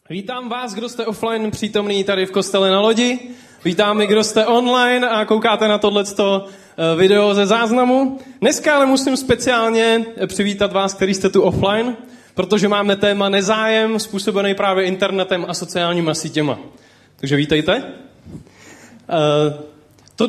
Vítám vás, kdo jste offline přítomný tady v kostele na Lodi. Vítám i, kdo jste online a koukáte na tohleto video ze záznamu. Dneska ale musím speciálně přivítat vás, který jste tu offline, protože máme téma nezájem způsobený právě internetem a sociálníma sítěma. Takže vítejte. To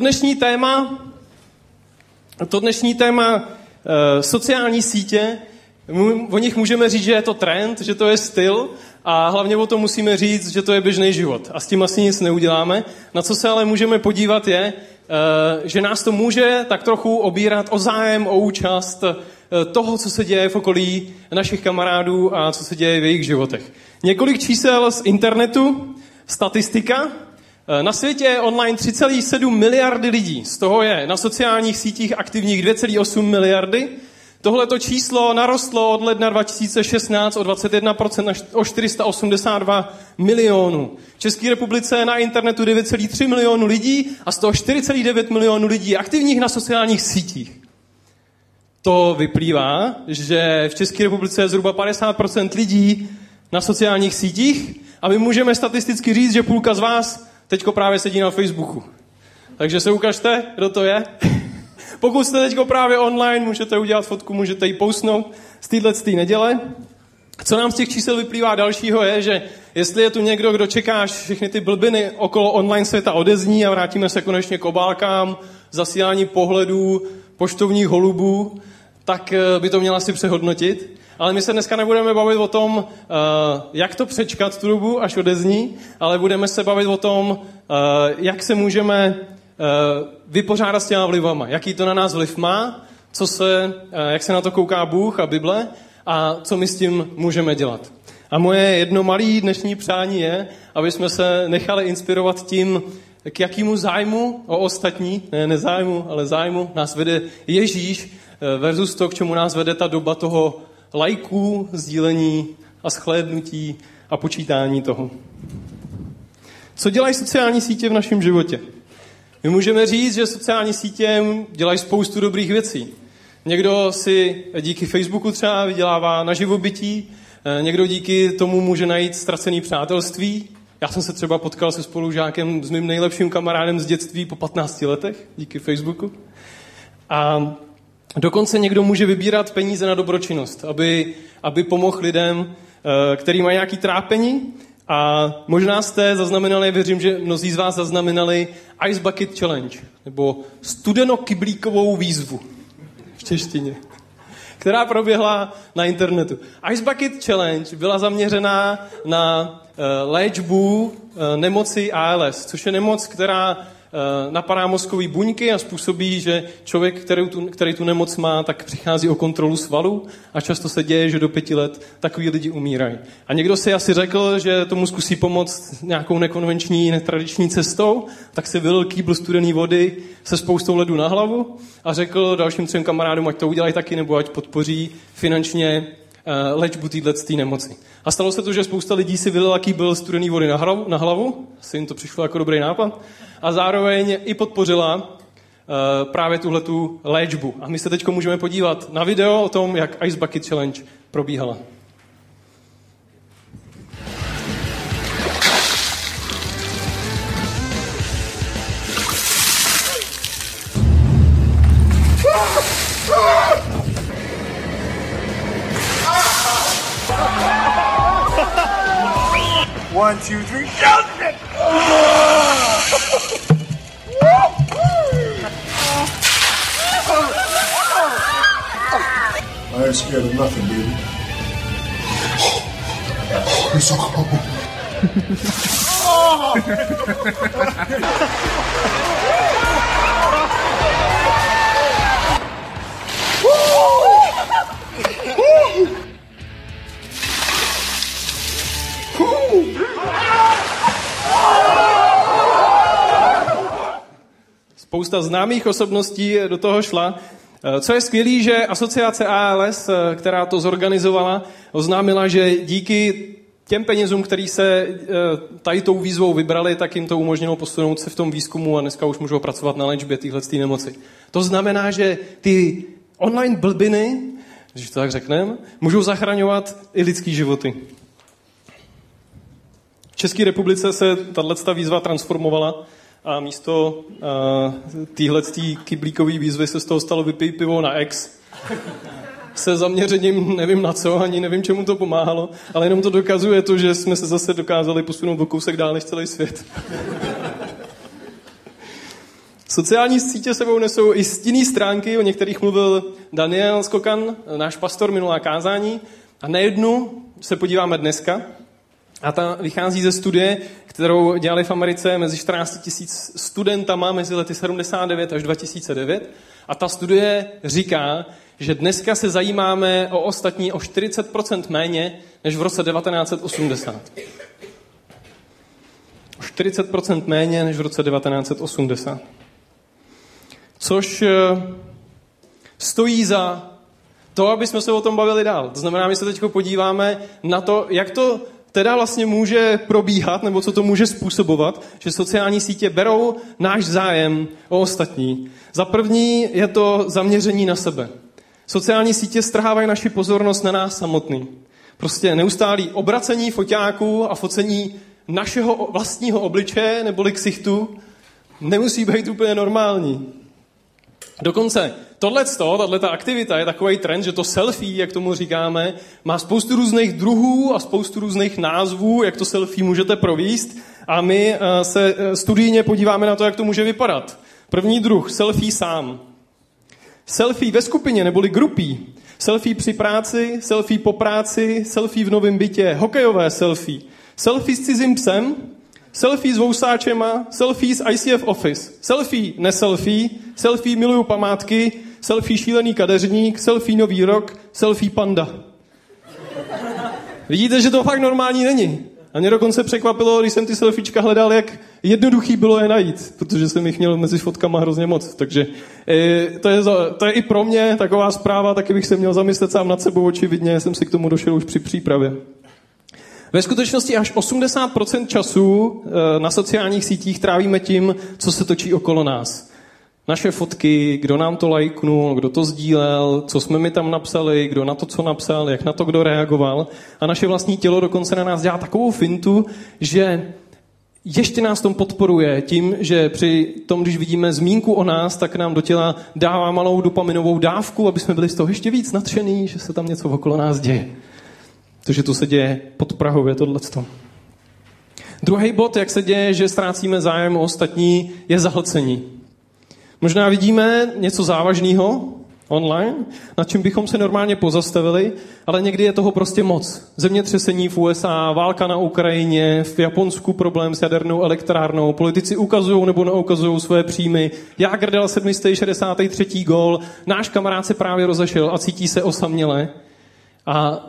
dnešní téma sociální sítě, o nich můžeme říct, že je to trend, že to je styl a hlavně o tom musíme říct, že to je běžný život. A s tím asi nic neuděláme. Na co se ale můžeme podívat je, že nás to může tak trochu obírat o zájem, o účast toho, co se děje v okolí našich kamarádů a co se děje v jejich životech. Několik čísel z internetu, statistika. Na světě je online 3,7 miliardy lidí, z toho je na sociálních sítích aktivních 2,8 miliardy. Tohleto číslo narostlo od ledna 2016 o 21% o 482 milionů. V České republice je na internetu 9,3 milionů lidí a z toho 4,9 milionů lidí aktivních na sociálních sítích. To vyplývá, že v České republice je zhruba 50% lidí na sociálních sítích a my můžeme statisticky říct, že půlka z vás teďko právě sedí na Facebooku. Takže se ukažte, kdo to je. Pokud jste teďko právě online, můžete udělat fotku, můžete ji postnout z této neděle. Co nám z těch čísel vyplývá dalšího je, že jestli je tu někdo, kdo čeká, všechny ty blbiny okolo online světa odezní a vrátíme se konečně k obálkám, zasílání pohledů, poštovních holubů, tak by to měl asi přehodnotit. Ale my se dneska nebudeme bavit o tom, jak to přečkat tu dobu, až odezní, ale budeme se bavit o tom, jak se můžeme vypořádat s těma vlivama. Jaký to na nás vliv má, jak se na to kouká Bůh a Bible a co my s tím můžeme dělat. A moje jedno malé dnešní přání je, aby jsme se nechali inspirovat tím, k jakému zájmu o ostatní, ne nezájmu, ale zájmu nás vede Ježíš versus to, k čemu nás vede ta doba toho lajků, sdílení a shlédnutí a počítání toho. Co dělají sociální sítě v našem životě? My můžeme říct, že sociální sítě dělají spoustu dobrých věcí. Někdo si díky Facebooku třeba vydělává na živobytí, někdo díky tomu může najít ztracené přátelství. Já jsem se třeba potkal se spolužákem s mým nejlepším kamarádem z dětství po 15 letech díky Facebooku. A dokonce někdo může vybírat peníze na dobročinnost, aby pomohl lidem, který mají nějaký trápení. A možná jste zaznamenali, věřím, že mnozí z vás zaznamenali Ice Bucket Challenge, nebo studeno-kyblíkovou výzvu v češtině, která proběhla na internetu. Ice Bucket Challenge byla zaměřená na léčbu nemoci ALS, což je nemoc, která napadá mozkové buňky a způsobí, že člověk, který tu nemoc má, tak přichází o kontrolu svalů a často se děje, že do 5 let takový lidi umírají. A někdo si asi řekl, že tomu zkusí pomoct nějakou nekonvenční, netradiční cestou, tak si vylil kýbl studený vody se spoustou ledu na hlavu a řekl dalším 3 kamarádům, ať to udělají taky, nebo ať podpoří finančně léčbu této nemoci. A stalo se to, že spousta lidí si vylila kýbl studený vody na hlavu, asi jim to přišlo jako dobrý nápad, a zároveň i podpořila právě tuhletu léčbu. A my se teď můžeme podívat na video o tom, jak Ice Bucket Challenge probíhala. One, two, three, shout it! I ain't scared of nothing, baby. You're so cold. Spousta známých osobností do toho šla. Co je skvělý, že asociace ALS, která to zorganizovala, oznámila, že díky těm penězům, který se tady tou výzvou vybrali, tak jim to umožnilo posunout se v tom výzkumu a dneska už můžou pracovat na léčbě téhleté nemoci. To znamená, že ty online blbiny, když to tak řekneme, můžou zachraňovat i lidský životy. České republice se tato výzva transformovala a místo téhletý kyblíkový výzvy se z toho stalo vypij pivo na X. Se zaměřením nevím na co, ani nevím, čemu to pomáhalo, ale jenom to dokazuje to, že jsme se zase dokázali posunout o kousek dál než celý svět. Sociální sítě sebou nesou i stinné stránky, o některých mluvil Daniel Skokan, náš pastor minulá kázání. A na jednu se podíváme dneska. A ta vychází ze studie, kterou dělali v Americe mezi 14 000 studentama mezi lety 79 až 2009. A ta studie říká, že dneska se zajímáme o ostatní o 40% méně než v roce 1980. O 40% méně než v roce 1980. Což stojí za to, aby jsme se o tom bavili dál. To znamená, my se teď podíváme na to, jak to teda vlastně může probíhat, nebo co to může způsobovat, že sociální sítě berou náš zájem o ostatní. Za první je to zaměření na sebe. Sociální sítě strhávají naši pozornost na nás samotný. Prostě neustálý obracení foťáků a focení našeho vlastního obličeje neboli ksichtu nemusí být úplně normální. Dokonce tato aktivita je takový trend, že to selfie, jak tomu říkáme, má spoustu různých druhů a spoustu různých názvů, jak to selfie můžete provést. A my se studijně podíváme na to, jak to může vypadat. První druh, selfie sám. Selfie ve skupině neboli grupí. Selfie při práci, selfie po práci, selfie v novém bytě, hokejové selfie. Selfie s cizím psem, selfie s vousáčema, selfie z ICF Office, selfie neselfie, selfie miluju památky, selfie šílený kadeřník, selfie nový rok, selfie panda. Vidíte, že to fakt normální není. A mě dokonce překvapilo, když jsem ty selfiečka hledal, jak jednoduchý bylo je najít, protože jsem jich měl mezi fotkama hrozně moc. Takže to je i pro mě taková zpráva, taky bych se měl zamyslet sám nad sebou, očividně jsem si k tomu došel už při přípravě. Ve skutečnosti až 80% času na sociálních sítích trávíme tím, co se točí okolo nás. Naše fotky, kdo nám to lajknul, kdo to sdílel, co jsme mi tam napsali, kdo na to, co napsal, jak na to kdo reagoval. A naše vlastní tělo dokonce na nás dělá takovou fintu, že ještě nás tom podporuje tím, že při tom, když vidíme zmínku o nás, tak nám do těla dává malou dopaminovou dávku, aby jsme byli z toho ještě víc nadšený, že se tam něco okolo nás děje. Takže to se děje podprahově, tohleto. Druhý bod, jak se děje, že ztrácíme zájem o ostatní, je zahlcení. Možná vidíme něco závažného online, nad čím bychom se normálně pozastavili, ale někdy je toho prostě moc. Zemětřesení v USA, válka na Ukrajině, v Japonsku problém s jadernou elektrárnou, politici ukazují nebo neukazují své příjmy, Jágr dal 763. gól, náš kamarád se právě rozešel a cítí se osaměle. A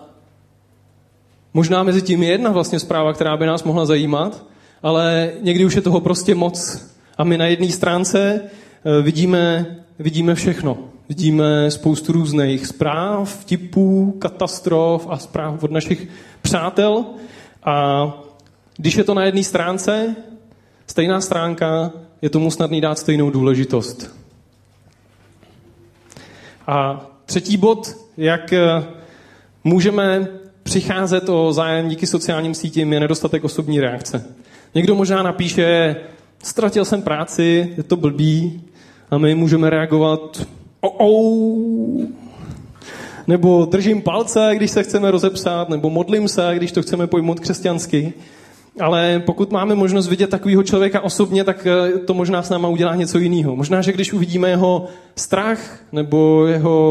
možná mezi tím je jedna vlastně zpráva, která by nás mohla zajímat, ale někdy už je toho prostě moc. A my na jedné stránce vidíme všechno. Vidíme spoustu různých zpráv, vtipů, katastrof a zpráv od našich přátel. A když je to na jedné stránce, stejná stránka, je tomu snadný dát stejnou důležitost. A třetí bod, jak můžeme přicházet o zájem díky sociálním sítím, je nedostatek osobní reakce. Někdo možná napíše, ztratil jsem práci, je to blbý, a my můžeme reagovat nebo držím palce, když se chceme rozepsat, nebo modlím se, když to chceme pojmout křesťansky. Ale pokud máme možnost vidět takového člověka osobně, tak to možná s náma udělá něco jiného. Možná, že když uvidíme jeho strach nebo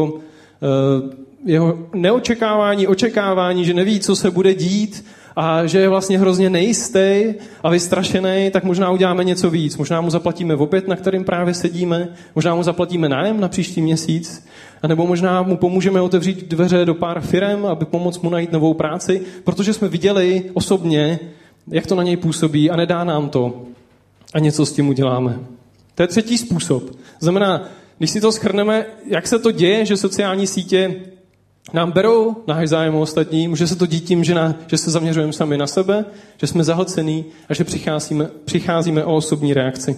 jeho neočekávání, očekávání, že neví, co se bude dít a že je vlastně hrozně nejistý a vystrašený, tak možná uděláme něco víc. Možná mu zaplatíme oběd, na kterým právě sedíme, možná mu zaplatíme nájem na příští měsíc, anebo možná mu pomůžeme otevřít dveře do pár firem, aby pomoct mu najít novou práci, protože jsme viděli osobně, jak to na něj působí a nedá nám to a něco s tím uděláme. To je třetí způsob. Znamená, když si to shrneme, jak se to děje, že sociální sítě nám berou náš zájem o ostatní, může se to dít tím, že se zaměřujeme sami na sebe, že jsme zahlcení a že přicházíme o osobní reakci.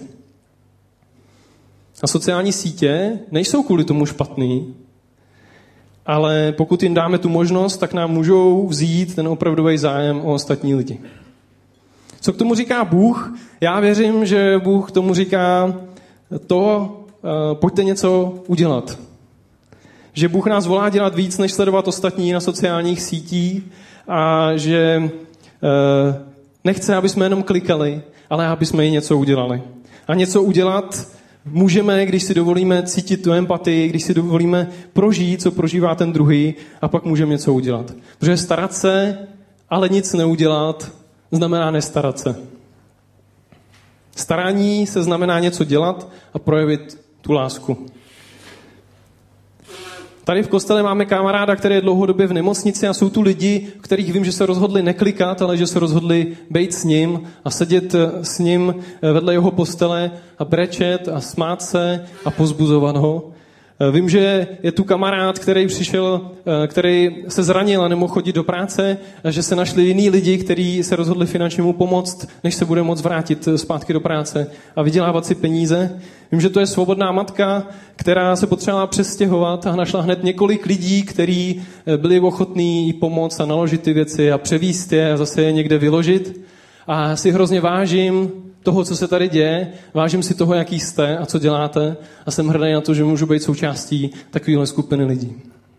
A sociální sítě nejsou kvůli tomu špatný, ale pokud jim dáme tu možnost, tak nám můžou vzít ten opravdový zájem o ostatní lidi. Co k tomu říká Bůh? Já věřím, že Bůh k tomu říká pojďte něco udělat. Že Bůh nás volá dělat víc, než sledovat ostatní na sociálních sítích a že nechce, aby jsme jenom klikali, ale aby jsme i něco udělali. A něco udělat můžeme, když si dovolíme cítit tu empatii, když si dovolíme prožít, co prožívá ten druhý, a pak můžeme něco udělat. Protože starat se, ale nic neudělat, znamená nestarat se. Starání se znamená něco dělat a projevit tu lásku. Tady v kostele máme kamaráda, který je dlouhodobě v nemocnici a jsou tu lidi, kterých vím, že se rozhodli neklikat, ale že se rozhodli být s ním a sedět s ním vedle jeho postele a brečet a smát se a pozbuzovat ho. Vím, že je tu kamarád, který přišel, který se zranil a nemohl chodit do práce, a že se našli jiní lidi, kteří se rozhodli finančně mu pomoct, než se bude moct vrátit zpátky do práce a vydělávat si peníze. Vím, že to je svobodná matka, která se potřebovala přestěhovat a našla hned několik lidí, kteří byli ochotní jí pomoct a naložit ty věci a převízt je a zase je někde vyložit. A si hrozně vážím toho, co se tady děje, vážím si toho, jaký jste a co děláte a jsem hrdý na to, že můžu být součástí takovéhle skupiny lidí.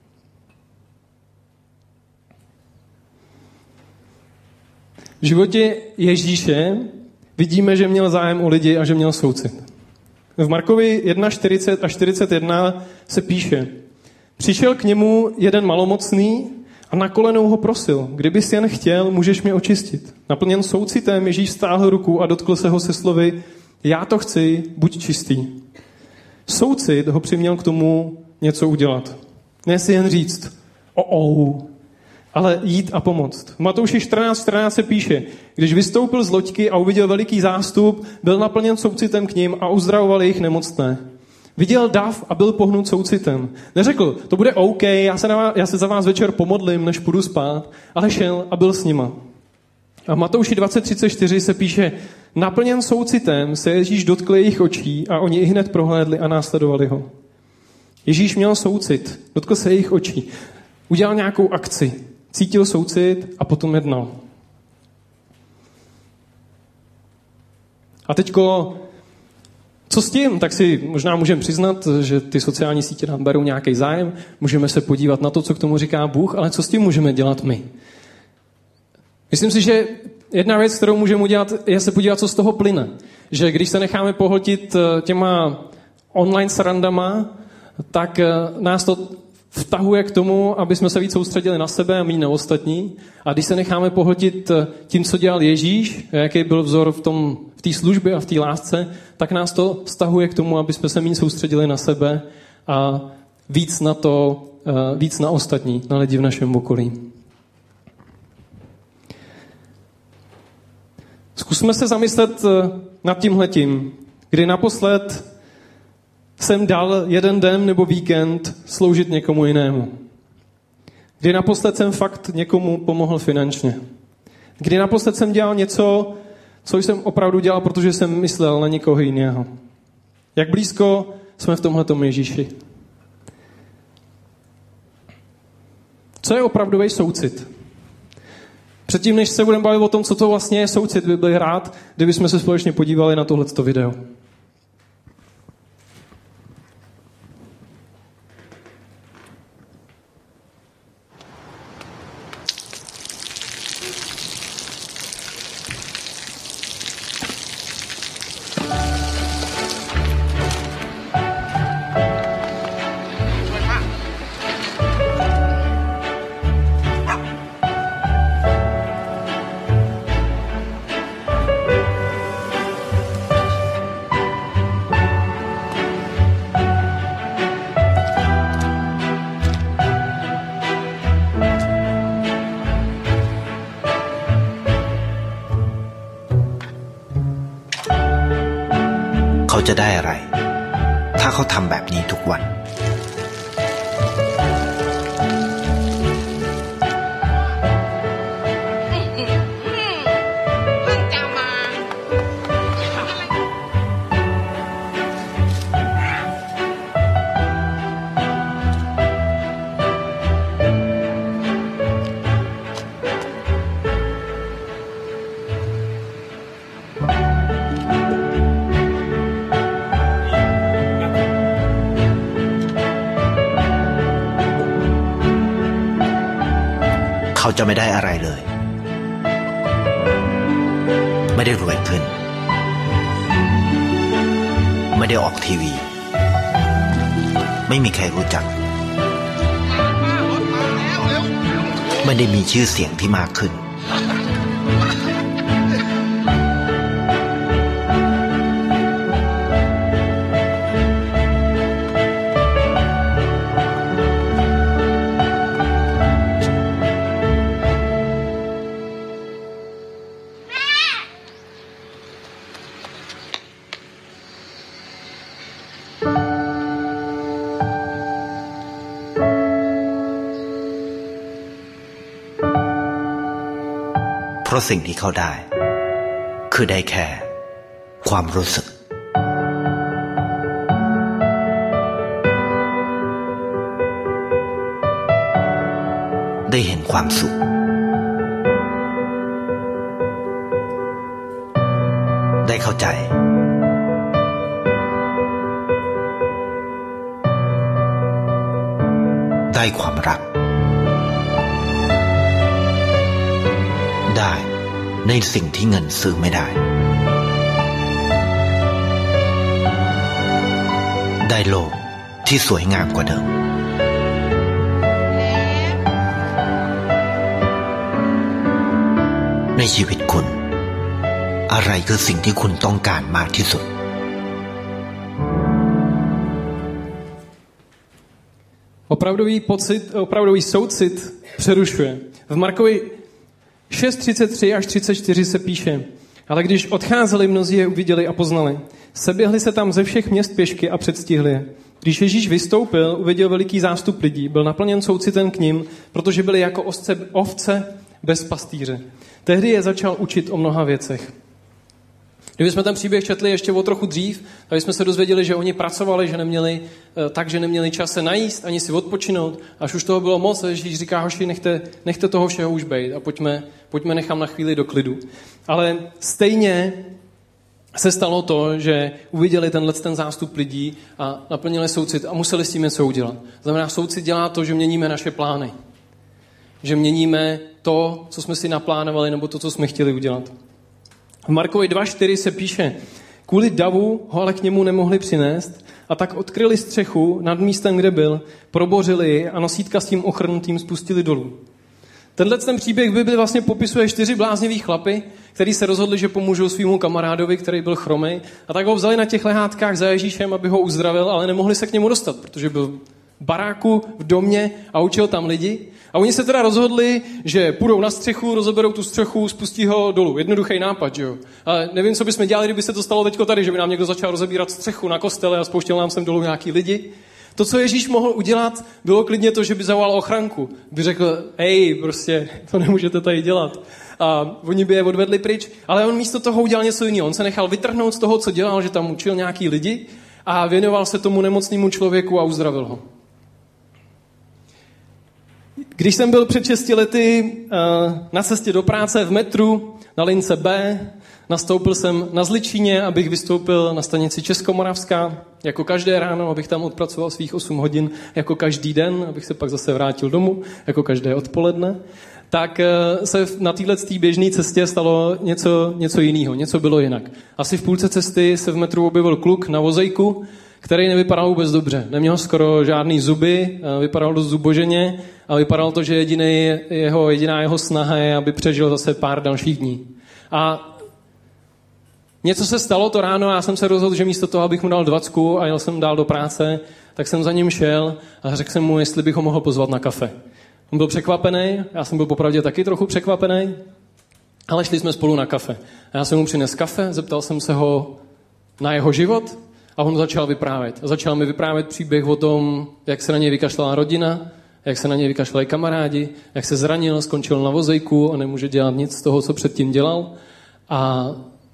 V životě Ježíše vidíme, že měl zájem o lidi a že měl soucit. V Markovi 1:40 a 41 se píše: Přišel k němu jeden malomocný a na kolenou ho prosil: Kdybys jen chtěl, můžeš mě očistit. Naplněn soucitem Ježíš stáhl ruku a dotkl se ho se slovy: Já to chci, buď čistý. Soucit ho přiměl k tomu něco udělat. Ne si jen říct ale jít a pomoct. V Matouši 14:14 se píše: Když vystoupil z loďky a uviděl veliký zástup, byl naplněn soucitem k nim a uzdravoval jejich nemocné. Viděl dav a byl pohnut soucitem. Neřekl: to bude OK, já se za vás večer pomodlím, než půjdu spát, ale šel a byl s nima. A v Matouši 20:34 se píše: Naplněn soucitem se Ježíš dotkl jejich očí a oni ihned prohlédli a následovali ho. Ježíš měl soucit, dotkl se jejich očí, udělal nějakou akci, cítil soucit a potom jednal. A teďko, co s tím? Tak si možná můžeme přiznat, že ty sociální sítě nám berou nějaký zájem, můžeme se podívat na to, co k tomu říká Bůh, ale co s tím můžeme dělat my? Myslím si, že jedna věc, kterou můžeme udělat, je se podívat, co z toho plyne. Že když se necháme pohltit těma online srandama, tak nás to vtahuje k tomu, aby jsme se víc soustředili na sebe a méně na ostatní. A když se necháme pohltit tím, co dělal Ježíš, jaký byl vzor v té službě a v té lásce, tak nás to vztahuje k tomu, aby jsme se méně soustředili na sebe a víc na ostatní, na lidi v našem okolí. Zkusme se zamyslet nad tímhletím, kdy naposled jsem dal jeden den nebo víkend sloužit někomu jinému. Kdy naposled jsem fakt někomu pomohl finančně. Kdy naposled jsem dělal něco, co jsem opravdu dělal, protože jsem myslel na někoho jiného. Jak blízko jsme v tomhletom Ježíši. Co je opravdový soucit? Předtím, než se budeme bavit o tom, co to vlastně je soucit, by byl rád, kdybychom se společně podívali na tohleto video. เขาจะได้อะไรถ้าเขาทำแบบนี้ทุกวันจะไม่ได้อะไรเลย ไม่ได้รวยขึ้น ไม่ได้ออกทีวี ไม่มีใครรู้จัก ไม่ได้มีชื่อเสียงที่มากขึ้นเพราะสิ่งที่เขาได้คือได้แค่ความรู้สึกได้เห็นความสุขได้เข้าใจได้ความรักได้ในสิ่งที่เงินซื้อไม่ได้ได้โลกที่สวยงามกว่าเดิมในชีวิตคุณอะไรคือสิ่งที่คุณต้องการมากที่สุด Opravdový soucit přerušuje. V Markovi 6:33 až 34 se píše: Ale když odcházeli, mnozí je uviděli a poznali. Seběhli se tam ze všech měst pěšky a předstihli je. Když Ježíš vystoupil, uviděl veliký zástup lidí, byl naplněn soucitem k nim, protože byli jako ovce bez pastýře. Tehdy je začal učit o mnoha věcech. Kdybychom ten příběh četli ještě o trochu dřív, tak jsme se dozvěděli, že oni pracovali, že neměli čas se najíst, ani si odpočinout. Až už toho bylo moc, Ježíš říká: hoši, nechte toho všeho už bejt a pojďme nechám na chvíli do klidu. Ale stejně se stalo to, že uviděli ten zástup lidí a naplnili soucit a museli s tím něco udělat. Znamená, soucit dělá to, že měníme naše plány. Že měníme to, co jsme si naplánovali, nebo to, co jsme chtěli udělat. V Markovi 2:4 se píše: kvůli davu ho ale k němu nemohli přinést a tak odkryli střechu nad místem, kde byl, probořili ji a nosítka s tím ochrnutým spustili dolů. Ten příběh v Bibli vlastně popisuje 4 bláznivý chlapy, kteří se rozhodli, že pomůžou svýmu kamarádovi, který byl chromej, a tak ho vzali na těch lehátkách za Ježíšem, aby ho uzdravil, ale nemohli se k němu dostat, protože byl v baráku, v domě a učil tam lidi. A oni se teda rozhodli, že půjdou na střechu, rozeberou tu střechu, spustí ho dolů. Jednoduchý nápad, že jo. Ale nevím, co bychom dělali, kdyby se to stalo teďko tady, že by nám někdo začal rozebírat střechu na kostele a spouštěl nám sem dolů nějaký lidi. To, co Ježíš mohl udělat, bylo klidně to, že by zavolal ochranku. By řekl: hej, prostě to nemůžete tady dělat. A oni by je odvedli pryč, ale on místo toho udělal něco jiného. On se nechal vytrhnout z toho, co dělal, že tam učil nějaký lidi a věnoval se tomu nemocnému člověku a uzdravil ho. Když jsem byl před 6 lety na cestě do práce v metru na lince B, nastoupil jsem na Zličíně, abych vystoupil na stanici Českomoravská, jako každé ráno, abych tam odpracoval svých 8 hodin, jako každý den, abych se pak zase vrátil domů, jako každé odpoledne, tak se na této běžné cestě stalo něco jiného, něco bylo jinak. Asi v půlce cesty se v metru objevil kluk na vozejku, který nevypadal vůbec dobře. Neměl skoro žádný zuby, vypadal dost zuboženě a vypadalo to, že jediná jeho snaha je, aby přežil zase pár dalších dní. A něco se stalo to ráno a já jsem se rozhodl, že místo toho, abych mu dal 20 a jel jsem dál do práce, tak jsem za ním šel a řekl jsem mu, jestli bych ho mohl pozvat na kafe. On byl překvapený, já jsem byl popravdě taky trochu překvapený, ale šli jsme spolu na kafe. A já jsem mu přinesl kafe, zeptal jsem se ho na jeho život a on začal vyprávět. Začal mi vyprávět příběh o tom, jak se na něj vykašlala rodina, jak se na něj vykašlali kamarádi, jak se zranil, skončil na vozejku a nemůže dělat nic z toho, co předtím dělal. A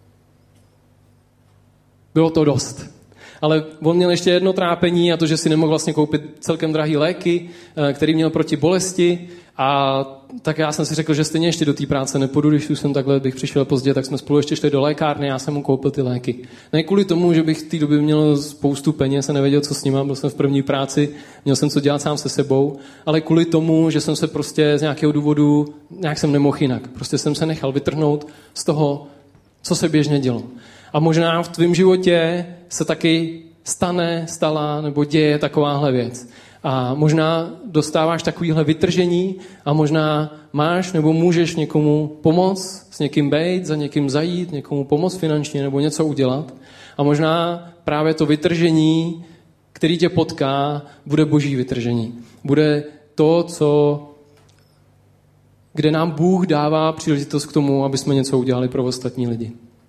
bylo to dost. Ale on měl ještě jedno trápení a to, že si nemohl vlastně koupit celkem drahý léky, který měl proti bolesti A tak já jsem si řekl, že stejně ještě do té práce nepůjdu, když už jsem takhle bych přišel pozdě, tak jsme spolu ještě šli do lékárny, já jsem mu koupil ty léky. Ne kvůli tomu, že bych v té době měl spoustu peněz a nevěděl, co s nima, byl jsem v první práci, měl jsem co dělat sám se sebou, ale kvůli tomu, že jsem se prostě z nějakého důvodu, nějak jsem nemohl jinak. Prostě jsem se nechal vytrhnout z toho, co se běžně dělo. A možná v tvém životě se taky stala nebo děje takováhle věc. A možná dostáváš takovýhle vytržení a možná máš nebo můžeš někomu pomoct, s někým bejt, za někým zajít, někomu pomoct finančně nebo něco udělat. A možná právě to vytržení, který tě potká, bude boží vytržení. Bude to, kde nám Bůh dává příležitost k tomu, aby jsme něco udělali pro ostatní lidi.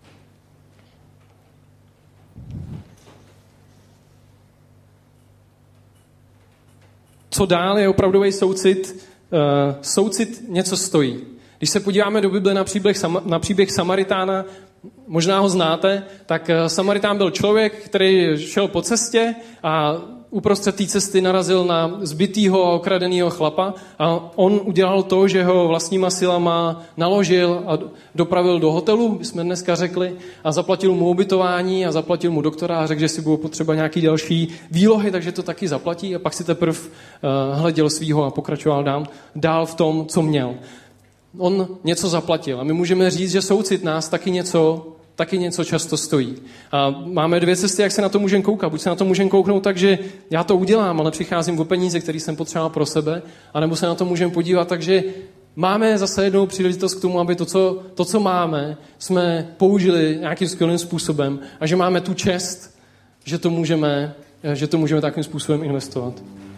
Co dál je opravdový soucit? Soucit něco stojí. Když se podíváme do Bible na příběh Samaritána, možná ho znáte, tak Samaritán byl člověk, který šel po cestě a uprostřed té cesty narazil na zbitýho a okradenýho chlapa a on udělal to, že ho vlastníma silama naložil a dopravil do hotelu, bychom dneska řekli, a zaplatil mu ubytování a zaplatil mu doktora a řekl, že si budou potřeba nějaký další výlohy, takže to taky zaplatí a pak si teprve hleděl svýho a pokračoval dál v tom, co měl. On něco zaplatil a my můžeme říct, že soucit nás taky něco často stojí. A máme dvě cesty, jak se na to můžeme koukat. Buď se na to můžeme kouknout tak, že já to udělám, ale přicházím o peníze, které jsem potřeboval pro sebe, anebo se na to můžeme podívat tak, že máme zase jednou příležitost k tomu, aby to, co máme, jsme použili nějakým skvělým způsobem a že máme tu čest, že to můžeme takovým způsobem investovat.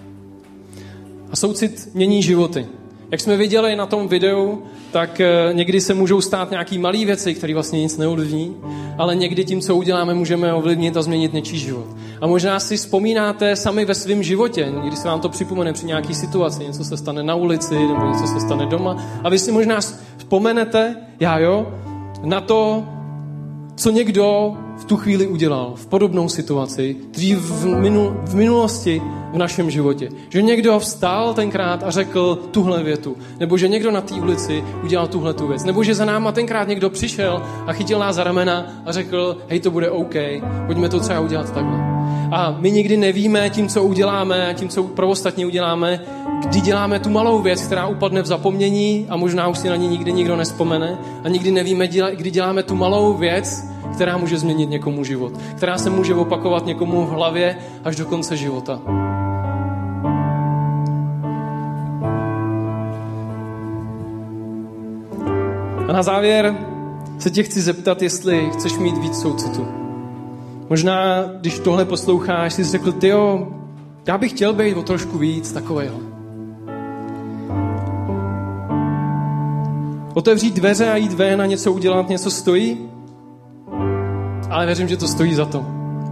A soucit mění životy. Jak jsme viděli na tom videu, tak někdy se můžou stát nějaký malý věci, které vlastně nic neovlivní, ale někdy tím, co uděláme, můžeme ovlivnit a změnit něčí život. A možná si vzpomínáte sami ve svém životě, někdy se vám to připomene při nějaký situaci, něco se stane na ulici nebo něco se stane doma a vy si možná vzpomenete, na to, co někdo v tu chvíli udělal v podobnou situaci, dřív v minulosti v našem životě. Že někdo vstal tenkrát a řekl tuhle větu. Nebo že někdo na té ulici udělal tuhletu věc. Nebo že za náma tenkrát někdo přišel a chytil nás za ramena a řekl, hej, to bude OK, pojďme to třeba udělat takhle. A my nikdy nevíme tím, co uděláme, tím, co pro ostatní uděláme, kdy děláme tu malou věc, která upadne v zapomnění a možná už si na ní nikdy nikdo nespomene. A nikdy nevíme, kdy děláme tu malou věc, která může změnit někomu život. Která se může opakovat někomu v hlavě až do konce života. A na závěr se tě chci zeptat, jestli chceš mít víc soucitu. Možná, když tohle posloucháš, jsi řekl, tyjo, já bych chtěl být o trošku víc takovejhle. Otevřít dveře a jít ven a něco udělat, něco stojí, ale věřím, že to stojí za to.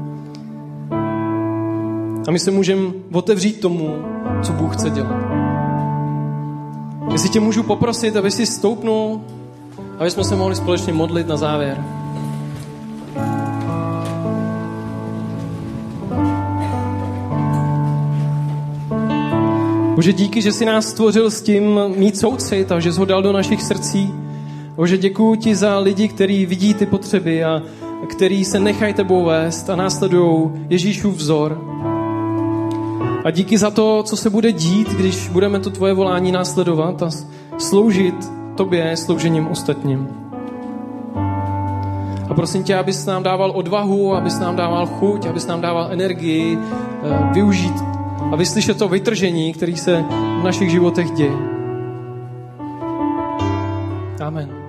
A my se můžeme otevřít tomu, co Bůh chce dělat. Jestli tě můžu poprosit, aby si stoupnul, aby jsme se mohli společně modlit na závěr. Bože, díky, že jsi nás stvořil s tím mít soucit a že jsi ho dal do našich srdcí. Bože, děkuji ti za lidi, kteří vidí ty potřeby a kteří se nechají tebou vést a následují Ježíšův vzor. A díky za to, co se bude dít, když budeme to tvoje volání následovat a sloužit tobě sloužením ostatním. A prosím tě, abys nám dával odvahu, abys nám dával chuť, abys nám dával energii využít a vyslyšet to vytržení, které se v našich životech děje. Amen.